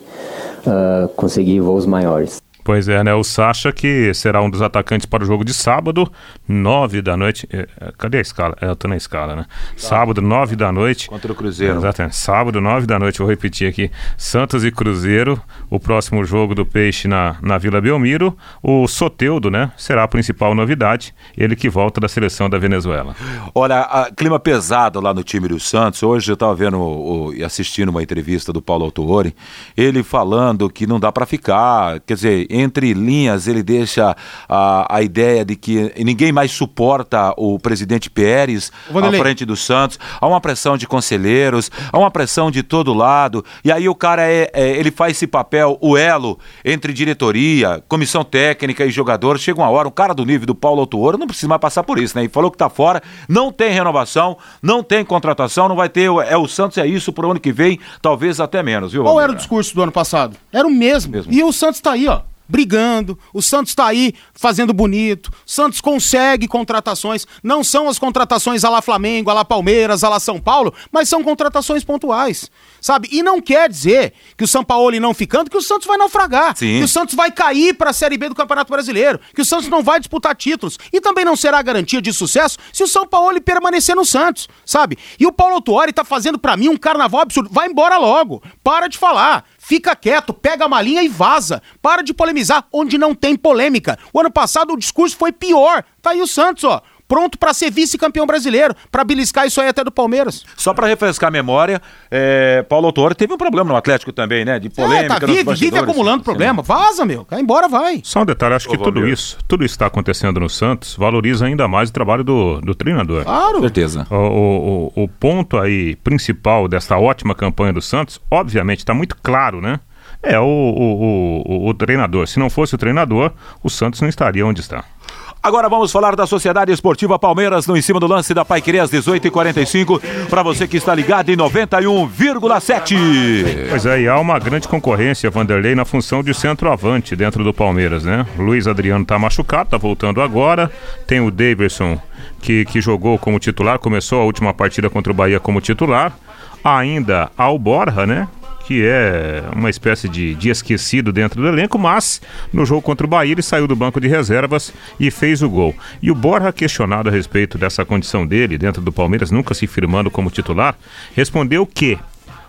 uh, conseguir voos maiores. Pois é, né? O Sacha, que será um dos atacantes para o jogo de sábado, nove da noite. Cadê a escala? É, eu tô na escala, né? Tá. Sábado, nove da noite. Contra o Cruzeiro. Exatamente. Sábado, nove da noite, vou repetir aqui. Santos e Cruzeiro, o próximo jogo do Peixe na, na Vila Belmiro. O Soteldo, né? Será a principal novidade. Ele que volta da seleção da Venezuela. Olha, a, clima pesado lá no time do Santos. Hoje eu estava vendo e assistindo uma entrevista do Paulo Autuori, ele falando que não dá para ficar, quer dizer, entre linhas ele deixa a, a ideia de que ninguém mais suporta o presidente Pérez à frente do Santos, há uma pressão de conselheiros, há uma pressão de todo lado, e aí o cara é, é, ele faz esse papel, o elo entre diretoria, comissão técnica e jogador. Chega uma hora, um cara do nível do Paulo Autuori não precisa mais passar por isso, né? Ele falou que tá fora, não tem renovação, não tem contratação, não vai ter, é o Santos, é isso pro ano que vem, talvez até menos, viu? Qual era o discurso do ano passado? Era o mesmo, mesmo. E o Santos tá aí, ó, brigando, o Santos tá aí fazendo bonito, o Santos consegue contratações, não são as contratações a lá Flamengo, a lá Palmeiras, a lá São Paulo, mas são contratações pontuais, sabe? E não quer dizer que o Sampaoli não ficando, que o Santos vai naufragar, Sim. que o Santos vai cair para a Série B do Campeonato Brasileiro, que o Santos não vai disputar títulos, e também não será garantia de sucesso se o Sampaoli permanecer no Santos, sabe? E o Paulo Autuori tá fazendo pra mim um carnaval absurdo, vai embora logo, para de falar. Fica quieto, pega a malinha e vaza. Para de polemizar onde não tem polêmica. O ano passado o discurso foi pior. Tá aí o Santos, ó, pronto pra ser vice-campeão brasileiro, pra beliscar isso aí até do Palmeiras. Só pra refrescar a memória, é, Paulo Autuori teve um problema no Atlético também, né? De polêmica. É, tá, vive, vive acumulando problema. Vaza, meu. Vai embora, vai. Só um detalhe, acho que tudo ver. isso, tudo isso que está acontecendo no Santos valoriza ainda mais o trabalho do, do treinador. Claro. Certeza. O, o, o, o ponto aí principal dessa ótima campanha do Santos, obviamente, está muito claro, né? É o, o, o, o treinador. Se não fosse o treinador, o Santos não estaria onde está. Agora vamos falar da Sociedade Esportiva Palmeiras no Em Cima do Lance da Paiquerê às dezoito e quarenta e cinco, para você que está ligado em noventa e um vírgula sete. Pois é, e há uma grande concorrência, Vanderlei, na função de centroavante dentro do Palmeiras, né? Luiz Adriano está machucado, está voltando agora. Tem o Daverson, que, que jogou como titular, começou a última partida contra o Bahia como titular. Ainda há o Borja, né? Que é uma espécie de, de esquecido dentro do elenco, mas no jogo contra o Bahia ele saiu do banco de reservas e fez o gol. E o Borja, questionado a respeito dessa condição dele dentro do Palmeiras, nunca se firmando como titular, respondeu que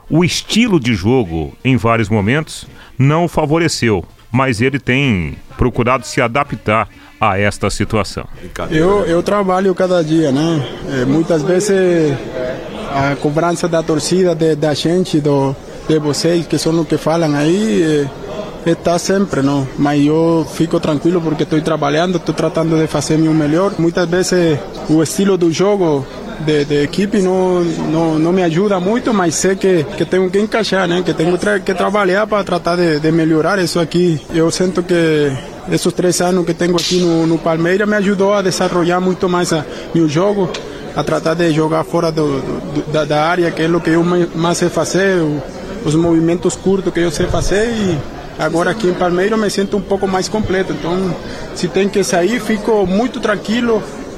o estilo de jogo, em vários momentos, não o favoreceu, mas ele tem procurado se adaptar a esta situação. Eu, eu trabalho cada dia, né? É, muitas vezes a cobrança da torcida, de, da gente, do, de vocês, que são os que falam aí, é, está sempre, não? Mas eu fico tranquilo porque estou trabalhando, estou tratando de fazer o melhor. Muitas vezes o estilo do jogo de, de equipe não, não, não me ajuda muito, mas sei que, que tenho que encaixar, né? Que tenho tra- que trabalhar para tratar de, de melhorar isso aqui. Eu sinto que esses três anos que tenho aqui no, no Palmeiras me ajudou a desenvolver muito mais a, meu jogo, a tratar de jogar fora do, do, da, da área, que é o que eu mais sei fazer, o, os movimentos curtos que eu sei fazer, e agora aqui em Palmeiras me sinto um pouco mais completo. Então, se tem que sair, fico muito tranquilo,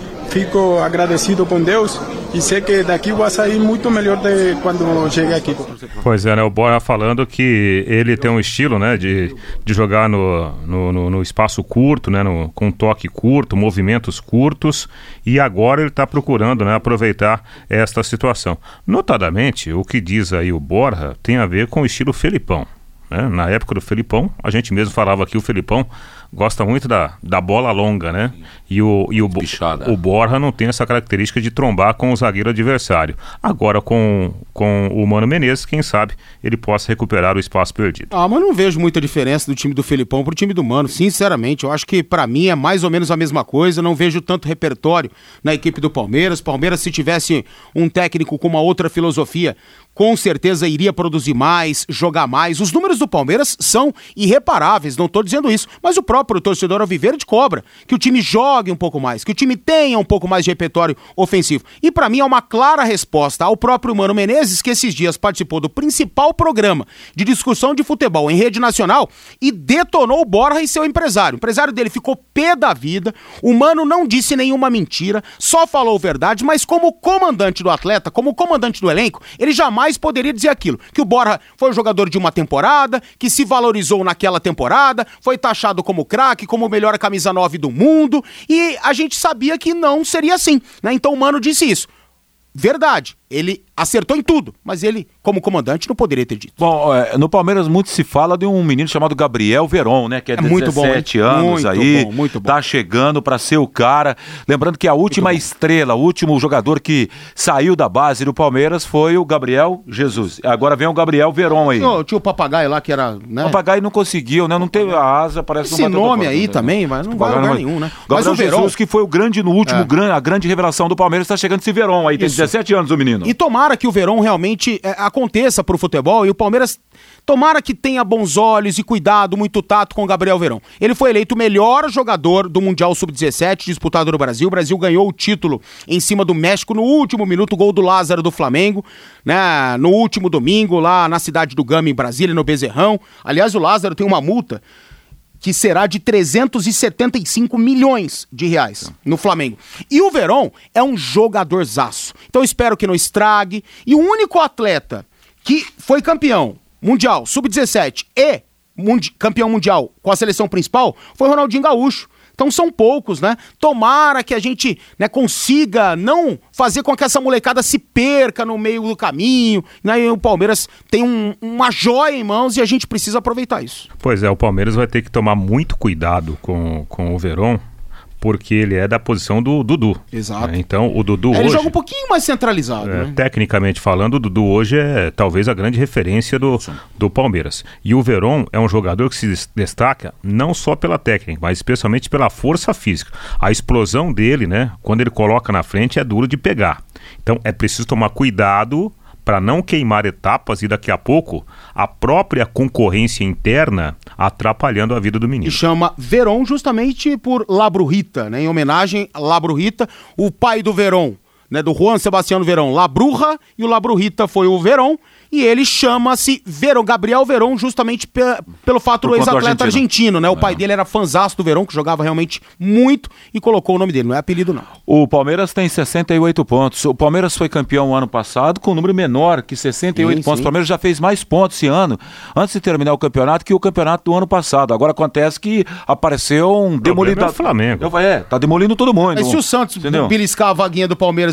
fico agradecido com Deus e sei que daqui vou sair muito melhor de quando cheguei aqui. Pois é, né? O Borja falando que ele tem um estilo, né, de, de jogar no, no, no, no espaço curto, né, no, com toque curto, movimentos curtos, e agora ele está procurando, né, aproveitar esta situação. Notadamente, o que diz aí o Borja tem a ver com o estilo Felipão. Né? Na época do Felipão, a gente mesmo falava que o Felipão gosta muito da, da bola longa, né? E o, e o, o Borja não tem essa característica de trombar com o zagueiro adversário. Agora com, com o Mano Menezes, quem sabe ele possa recuperar o espaço perdido. Ah, mas não vejo muita diferença do time do Felipão pro time do Mano, sinceramente. Eu acho que pra mim é mais ou menos a mesma coisa. Não vejo tanto repertório na equipe do Palmeiras. Palmeiras, se tivesse um técnico com uma outra filosofia, com certeza iria produzir mais, jogar mais. Os números do Palmeiras são irreparáveis, não estou dizendo isso, mas o próprio torcedor alviverde cobra que o time jogue um pouco mais, que o time tenha um pouco mais de repertório ofensivo. E para mim é uma clara resposta ao próprio Mano Menezes, que esses dias participou do principal programa de discussão de futebol em rede nacional e detonou o Borja e seu empresário. O empresário dele ficou pé da vida, o Mano não disse nenhuma mentira, só falou verdade, mas como comandante do atleta, como comandante do elenco, ele jamais poderia dizer aquilo, que o Borja foi jogador de uma temporada, que se valorizou naquela temporada, foi taxado como craque, como o melhor camisa nove do mundo, e a gente sabia que não seria assim, né? Então o Mano disse isso. Verdade, ele acertou em tudo, mas ele, como comandante, não poderia ter dito. Bom, é, no Palmeiras muito se fala de um menino chamado Gabriel Veron, né? Que é, é muito dezessete bom, anos muito aí, bom, muito bom. Tá chegando pra ser o cara. Lembrando que a última estrela, o último jogador que saiu da base do Palmeiras foi o Gabriel Jesus. Agora vem o Gabriel Veron aí. Tinha, tinha o Papagaio lá que era, né? O Papagaio não conseguiu, né? Não teve a asa, parece que não bateu. Esse nome aí também, mas não vai a lugar nenhum, né? Gabriel mas o Veron, Jesus, que foi o grande no último, é. gran, a grande revelação do Palmeiras, tá chegando esse Veron aí, tem Isso. dezessete anos o menino. E tomara que o Veron realmente é, aconteça pro futebol e o Palmeiras tomara que tenha bons olhos e cuidado, muito tato com o Gabriel Veron. Ele foi eleito o melhor jogador do Mundial sub dezessete disputado no Brasil. O Brasil ganhou o título em cima do México no último minuto, gol do Lázaro do Flamengo, né? No último domingo lá na cidade do Gama, em Brasília, no Bezerrão. Aliás, o Lázaro tem uma multa que será de trezentos e setenta e cinco milhões de reais no Flamengo. E o Veron é um jogadorzaço. Então espero que não estrague. E o único atleta que foi campeão mundial sub dezessete e mundi- campeão mundial com a seleção principal foi o Ronaldinho Gaúcho. Então são poucos, né? Tomara que a gente, né, consiga não fazer com que essa molecada se perca no meio do caminho, né? E o Palmeiras tem um, uma joia em mãos e a gente precisa aproveitar isso. Pois é, o Palmeiras vai ter que tomar muito cuidado com, com o Veron, porque ele é da posição do Dudu. Exato. Né? Então, o Dudu é, hoje... Ele joga um pouquinho mais centralizado, é, né? Tecnicamente falando, o Dudu hoje é talvez a grande referência do, do Palmeiras. E o Veron é um jogador que se destaca não só pela técnica, mas especialmente pela força física. A explosão dele, né, quando ele coloca na frente, é duro de pegar. Então, é preciso tomar cuidado para não queimar etapas e daqui a pouco a própria concorrência interna atrapalhando a vida do menino. E chama Veron justamente por Labrurrita, né? Em homenagem a Labrurrita, o pai do Veron, né? Do Juan Sebastiano Veron, Labrurra, e o Labrurrita foi o Veron, e ele chama-se Veron, Gabriel Veron, justamente pe- pelo fato do ex-atleta argentino, né? O pai dele era fãzaço do Veron, que jogava realmente muito, e colocou o nome dele, não é apelido não. O Palmeiras tem sessenta e oito pontos. O Palmeiras foi campeão ano passado com um número menor que sessenta e oito sim, pontos. Sim. O Palmeiras já fez mais pontos esse ano, antes de terminar o campeonato, que o campeonato do ano passado. Agora acontece que apareceu um demolidor. É o Flamengo. É, tá demolindo todo mundo. Mas se o Santos entendeu? beliscar a vaguinha do Palmeiras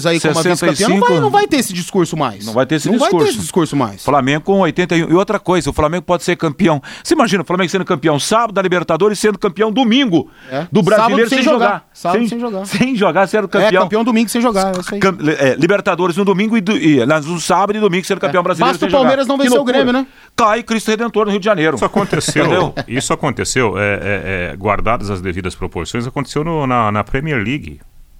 Palmeiras aí como a vice-campeã, não vai, não vai ter esse discurso mais. Não vai ter esse não discurso. Não vai ter esse discurso mais. Flamengo com oitenta e um. E outra coisa, o Flamengo pode ser campeão. Você imagina o Flamengo sendo campeão sábado da Libertadores, sendo campeão domingo é. do Brasileiro sem, sem jogar. jogar. Sábado sem, sem jogar. Sem jogar, sendo campeão. É, campeão domingo sem jogar. É isso aí. Cam, é, Libertadores no domingo e, do, e no sábado e domingo sendo campeão é. brasileiro. Basta o Palmeiras jogar. não vencer o Grêmio, né? Cai Cristo Redentor no Rio de Janeiro. Isso aconteceu. isso aconteceu, é, é, é, guardadas as devidas proporções, aconteceu no, na, na Premier League.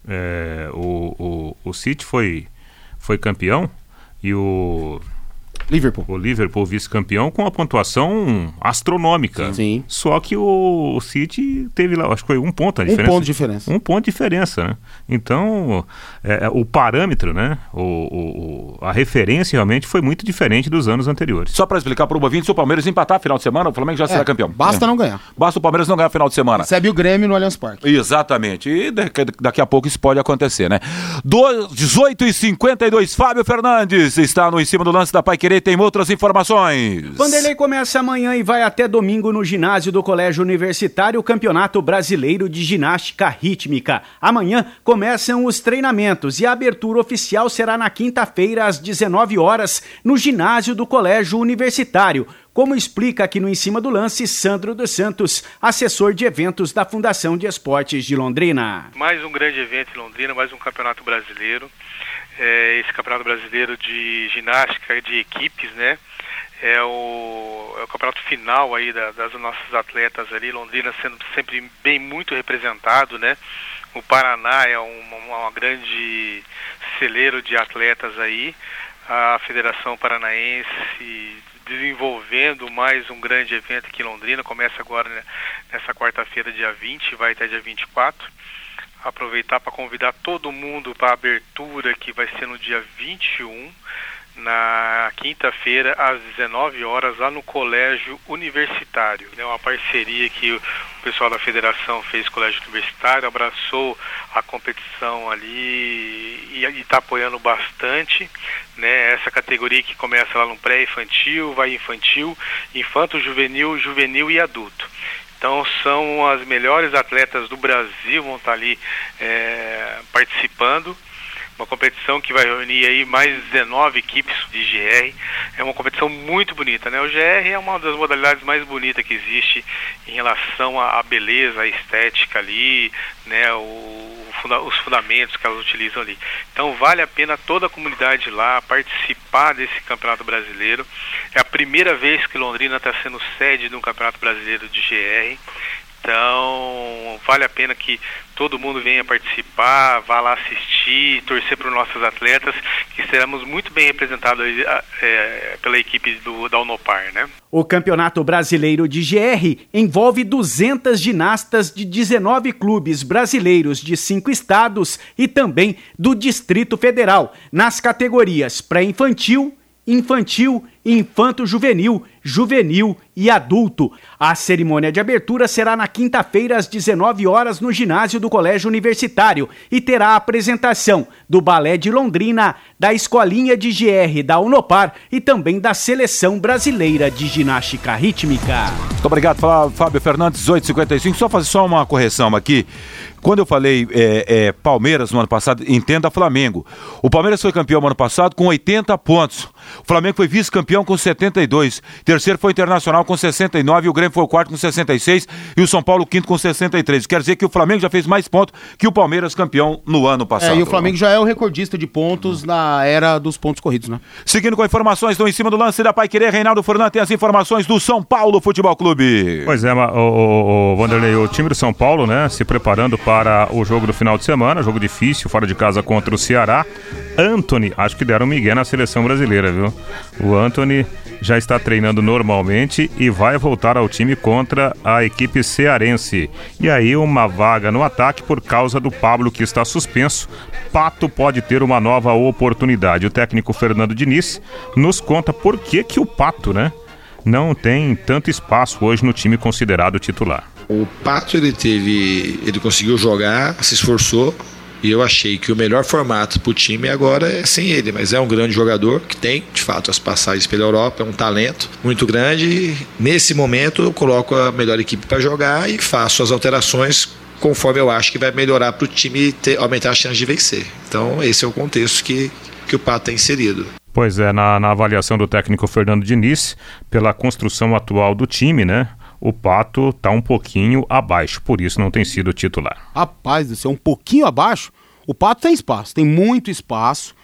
É, o, o, o City foi, foi campeão e o Liverpool, o Liverpool vice-campeão com uma pontuação astronômica. Sim. Só que o, o City teve lá, acho que foi um ponto a diferença. Um ponto de diferença. Um ponto de diferença, né? Então, é, o parâmetro, né? O, o, a referência realmente foi muito diferente dos anos anteriores. Só para explicar para o ouvinte, se o Palmeiras empatar final de semana, o Flamengo já é, será campeão. Basta é. não ganhar. Basta o Palmeiras não ganhar final de semana. Recebe o Grêmio no Allianz Parque. Exatamente. E daqui, daqui a pouco isso pode acontecer, né? dezoito e cinquenta e dois, Fábio Fernandes está no Em Cima do Lance da Paiquerê, tem outras informações. Vanderlei começa amanhã e vai até domingo no ginásio do Colégio Universitário o Campeonato Brasileiro de Ginástica Rítmica. Amanhã começam os treinamentos e a abertura oficial será na quinta-feira às dezenove horas no ginásio do Colégio Universitário. Como explica aqui no Em Cima do Lance, Sandro dos Santos, assessor de eventos da Fundação de Esportes de Londrina. Mais um grande evento em Londrina, mais um campeonato brasileiro. É, esse campeonato brasileiro de ginástica de equipes, né? É o, é o campeonato final aí da, das nossas atletas ali, Londrina sendo sempre bem muito representado, né? O Paraná é uma, uma grande celeiro de atletas aí, a Federação Paranaense desenvolvendo mais um grande evento aqui em Londrina, começa agora, né, nessa quarta-feira, dia vinte, vai até dia vinte e quatro. Aproveitar para convidar todo mundo para a abertura que vai ser no dia vinte e um, na quinta-feira, às dezenove horas, lá no Colégio Universitário. É uma parceria que o pessoal da federação fez com o Colégio Universitário, abraçou a competição ali e está apoiando bastante, né, essa categoria que começa lá no pré-infantil, vai infantil, infanto, juvenil, juvenil e adulto. Então são as melhores atletas do Brasil, vão estar ali é, participando. Uma competição que vai reunir aí mais dezenove equipes de G R. É uma competição muito bonita, né? O G R é uma das modalidades mais bonitas que existe em relação à beleza, à estética ali, né? O, os fundamentos que elas utilizam ali. Então vale a pena toda a comunidade lá participar desse campeonato brasileiro. É a primeira vez que Londrina está sendo sede de um campeonato brasileiro de G R. Então, vale a pena que todo mundo venha participar, vá lá assistir, torcer para os nossos atletas, que seremos muito bem representados é, pela equipe do, da Unopar, né? O Campeonato Brasileiro de G R envolve duzentas ginastas de dezenove clubes brasileiros de cinco estados e também do Distrito Federal, nas categorias pré-infantil, infantil, infanto-juvenil, juvenil e adulto. A cerimônia de abertura será na quinta-feira às dezenove horas no ginásio do Colégio Universitário e terá a apresentação do Balé de Londrina, da Escolinha de G R da Unopar e também da Seleção Brasileira de Ginástica Rítmica. Muito obrigado, Fábio Fernandes, dezoito e cinquenta e cinco. Só fazer só uma correção aqui. Quando eu falei é, é, Palmeiras no ano passado, entenda Flamengo. O Palmeiras foi campeão no ano passado com oitenta pontos. O Flamengo foi vice-campeão com setenta e dois. Terceiro foi o Internacional com sessenta e nove. O Grêmio foi o quarto com sessenta e seis. E o São Paulo o quinto com sessenta e três. Quer dizer que o Flamengo já fez mais pontos que o Palmeiras campeão no ano passado. É, e o Flamengo já é o recordista de pontos na era dos pontos corridos, né? Seguindo com informações do Em Cima do Lance da Paiquerê, Reinaldo Fernandes tem as informações do São Paulo Futebol Clube. Pois é, o, o, o Vanderlei, o time do São Paulo, né, se preparando para o jogo do final de semana, jogo difícil, fora de casa contra o Ceará. Antony, acho que deram um migué na seleção brasileira, viu? O Antony já está treinando normalmente e vai voltar ao time contra a equipe cearense. E aí uma vaga no ataque por causa do Pablo, que está suspenso. Pato pode ter uma nova oportunidade. O técnico Fernando Diniz nos conta por que que o Pato, né, não tem tanto espaço hoje no time considerado titular. O Pato, ele teve, ele conseguiu jogar, se esforçou, e eu achei que o melhor formato para o time agora é sem ele, mas é um grande jogador que tem, de fato, as passagens pela Europa, é um talento muito grande. Nesse momento eu coloco a melhor equipe para jogar e faço as alterações conforme eu acho que vai melhorar para o time ter, aumentar a chance de vencer. Então esse é o contexto que, que o Pato tem inserido. Pois é, na, na avaliação do técnico Fernando Diniz, pela construção atual do time, né? O Pato está um pouquinho abaixo, por isso não tem sido titular. Rapaz do céu, um pouquinho abaixo? O Pato tem espaço, tem muito espaço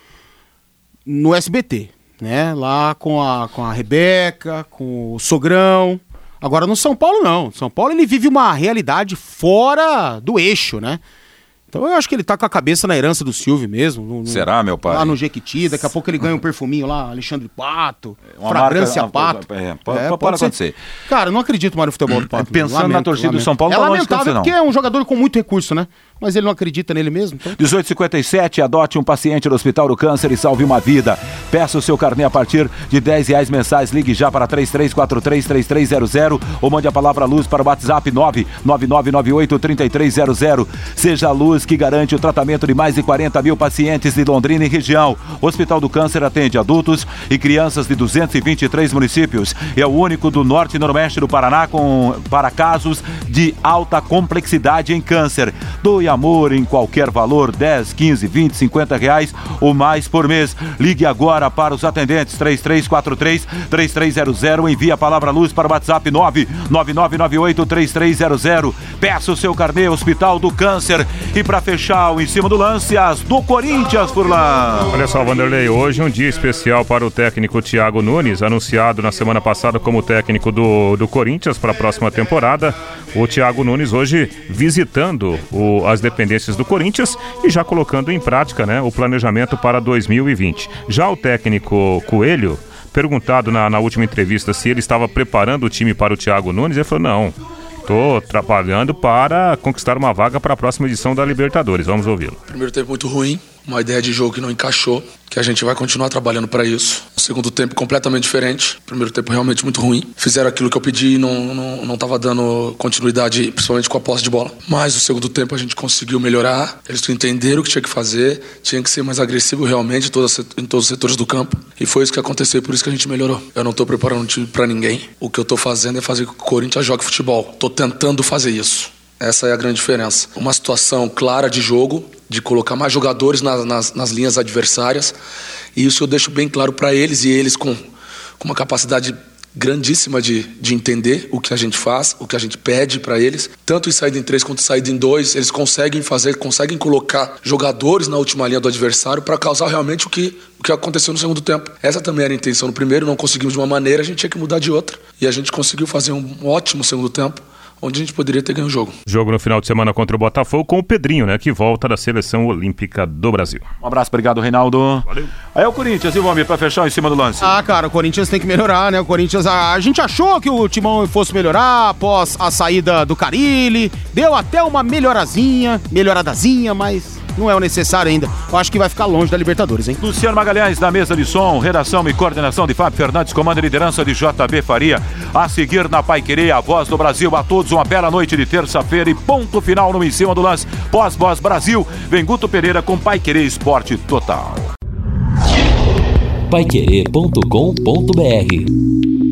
no S B T, né? Lá com a, com a Rebeca, com o Sogrão. Agora no São Paulo não. São Paulo ele vive uma realidade fora do eixo, né? Então eu acho que ele tá com a cabeça na herança do Silvio mesmo. No, no, Será, meu pai? Lá no Jequiti, daqui a pouco ele ganha um perfuminho lá, Alexandre Pato, uma Fragrância marca, Pato. É, pode, é, pode, pode acontecer. Cara, eu não acredito mais no futebol do Pato. Pensando lamento, na torcida lamento. do São Paulo, é não lamentável não. porque é um jogador com muito recurso, né? Mas ele não acredita nele mesmo. Então... dezoito e cinquenta e sete, adote um paciente no Hospital do Câncer e salve uma vida. Peça o seu carnê a partir de dez reais mensais. Ligue já para três três quatro três, três três zero zero ou mande a palavra luz para o WhatsApp nove nove nove nove oito três três zero zero. Seja a luz que garante o tratamento de mais de quarenta mil pacientes de Londrina e região. O Hospital do Câncer atende adultos e crianças de duzentos e vinte e três municípios. É o único do norte e noroeste do Paraná com, para casos de alta complexidade em câncer. Doe amor em qualquer valor, dez, quinze, vinte, cinquenta reais ou mais por mês. Ligue agora para os atendentes três três quatro três, três três zero zero. Envie a palavra luz para o WhatsApp nove nove nove nove oito três três zero zero. Peça o seu carnê Hospital do Câncer. E para fechar o Em Cima do Lance, as do Corinthians, Furlan. Olha só, Vanderlei, hoje é um dia especial para o técnico Thiago Nunes, anunciado na semana passada como técnico do, do Corinthians para a próxima temporada. O Thiago Nunes hoje visitando o, as dependências do Corinthians e já colocando em prática, né, o planejamento para dois mil e vinte. Já o técnico Coelho, perguntado na, na última entrevista se ele estava preparando o time para o Thiago Nunes, ele falou, não, estou trabalhando para conquistar uma vaga para a próxima edição da Libertadores. Vamos ouvi-lo. Primeiro tempo muito ruim, uma ideia de jogo que não encaixou, que a gente vai continuar trabalhando para isso. O segundo tempo completamente diferente, primeiro tempo realmente muito ruim. Fizeram aquilo que eu pedi e não não não estava dando continuidade, principalmente com a posse de bola. Mas o segundo tempo a gente conseguiu melhorar, eles entenderam o que tinha que fazer, tinha que ser mais agressivo realmente em todos, em todos os setores do campo. E foi isso que aconteceu, por isso que a gente melhorou. Eu não estou preparando um time para ninguém, o que eu estou fazendo é fazer com que o Corinthians jogue futebol. Estou tentando fazer isso. Essa é a grande diferença. Uma situação clara de jogo, de colocar mais jogadores nas, nas, nas linhas adversárias. E isso eu deixo bem claro para eles, e eles com, com uma capacidade grandíssima de, de entender o que a gente faz, o que a gente pede para eles. Tanto em saída em três quanto em saída em dois, eles conseguem fazer, conseguem colocar jogadores na última linha do adversário para causar realmente o que, o que aconteceu no segundo tempo. Essa também era a intenção no primeiro, não conseguimos de uma maneira, a gente tinha que mudar de outra. E a gente conseguiu fazer um ótimo segundo tempo, onde a gente poderia ter ganho o jogo. Jogo no final de semana contra o Botafogo com o Pedrinho, né, que volta da Seleção Olímpica do Brasil. Um abraço, obrigado, Reinaldo. Valeu. Aí é o Corinthians, e vamos para fechar Em Cima do Lance. Ah, cara, o Corinthians tem que melhorar, né? O Corinthians, a, a gente achou que o Timão fosse melhorar após a saída do Carille, deu até uma melhorazinha, melhoradazinha, mas não é o necessário ainda. Eu acho que vai ficar longe da Libertadores, hein? Luciano Magalhães, da mesa de som, redação e coordenação de Fábio Fernandes, comando e liderança de J B Faria. A seguir na Paiquerê, a voz do Brasil. A todos uma bela noite de terça-feira e ponto final no Em Cima do Lance. Pós-Voz Brasil, vem Guto Pereira com Paiquerê Esporte Total. paiquerê ponto com ponto br